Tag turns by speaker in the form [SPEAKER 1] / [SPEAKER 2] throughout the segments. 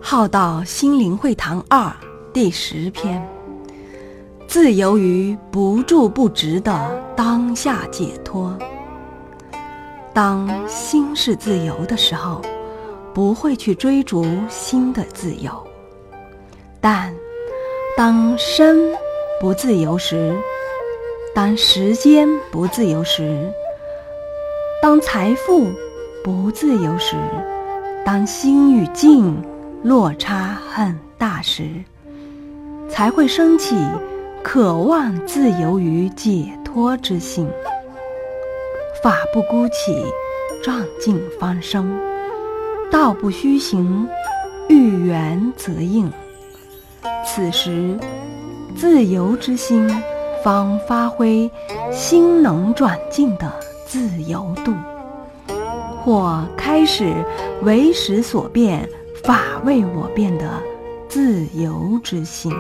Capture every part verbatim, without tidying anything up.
[SPEAKER 1] 浩道心灵会堂二第十篇，自由于不住不执的当下解脱。当心是自由的时候，不会去追逐心的自由；但当身不自由时，当时间不自由时，当财富不自由时，当心与境落差很大时，才会升起渴望自由与解脱之心。法不孤起，壮进方生；道不虚行，遇缘则应。此时自由之心方发挥心能转进的自由度，或开始为时所变，法为我变的自由之心，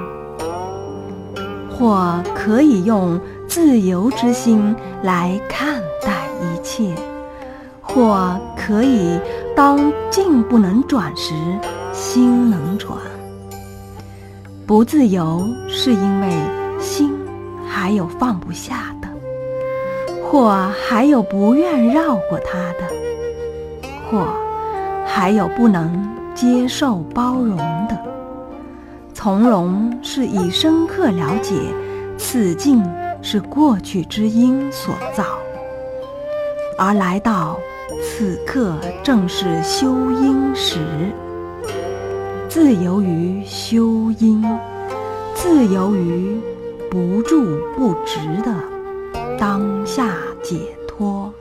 [SPEAKER 1] 或可以用自由之心来看待一切，或可以当境不能转时，心能转。不自由是因为心还有放不下的，或还有不愿绕过它的，或还有不能接受包容的。从容是以深刻了解此境是过去之因所造，而来到此刻正是修因时。自由于修因，自由于不住不执的当下解脱。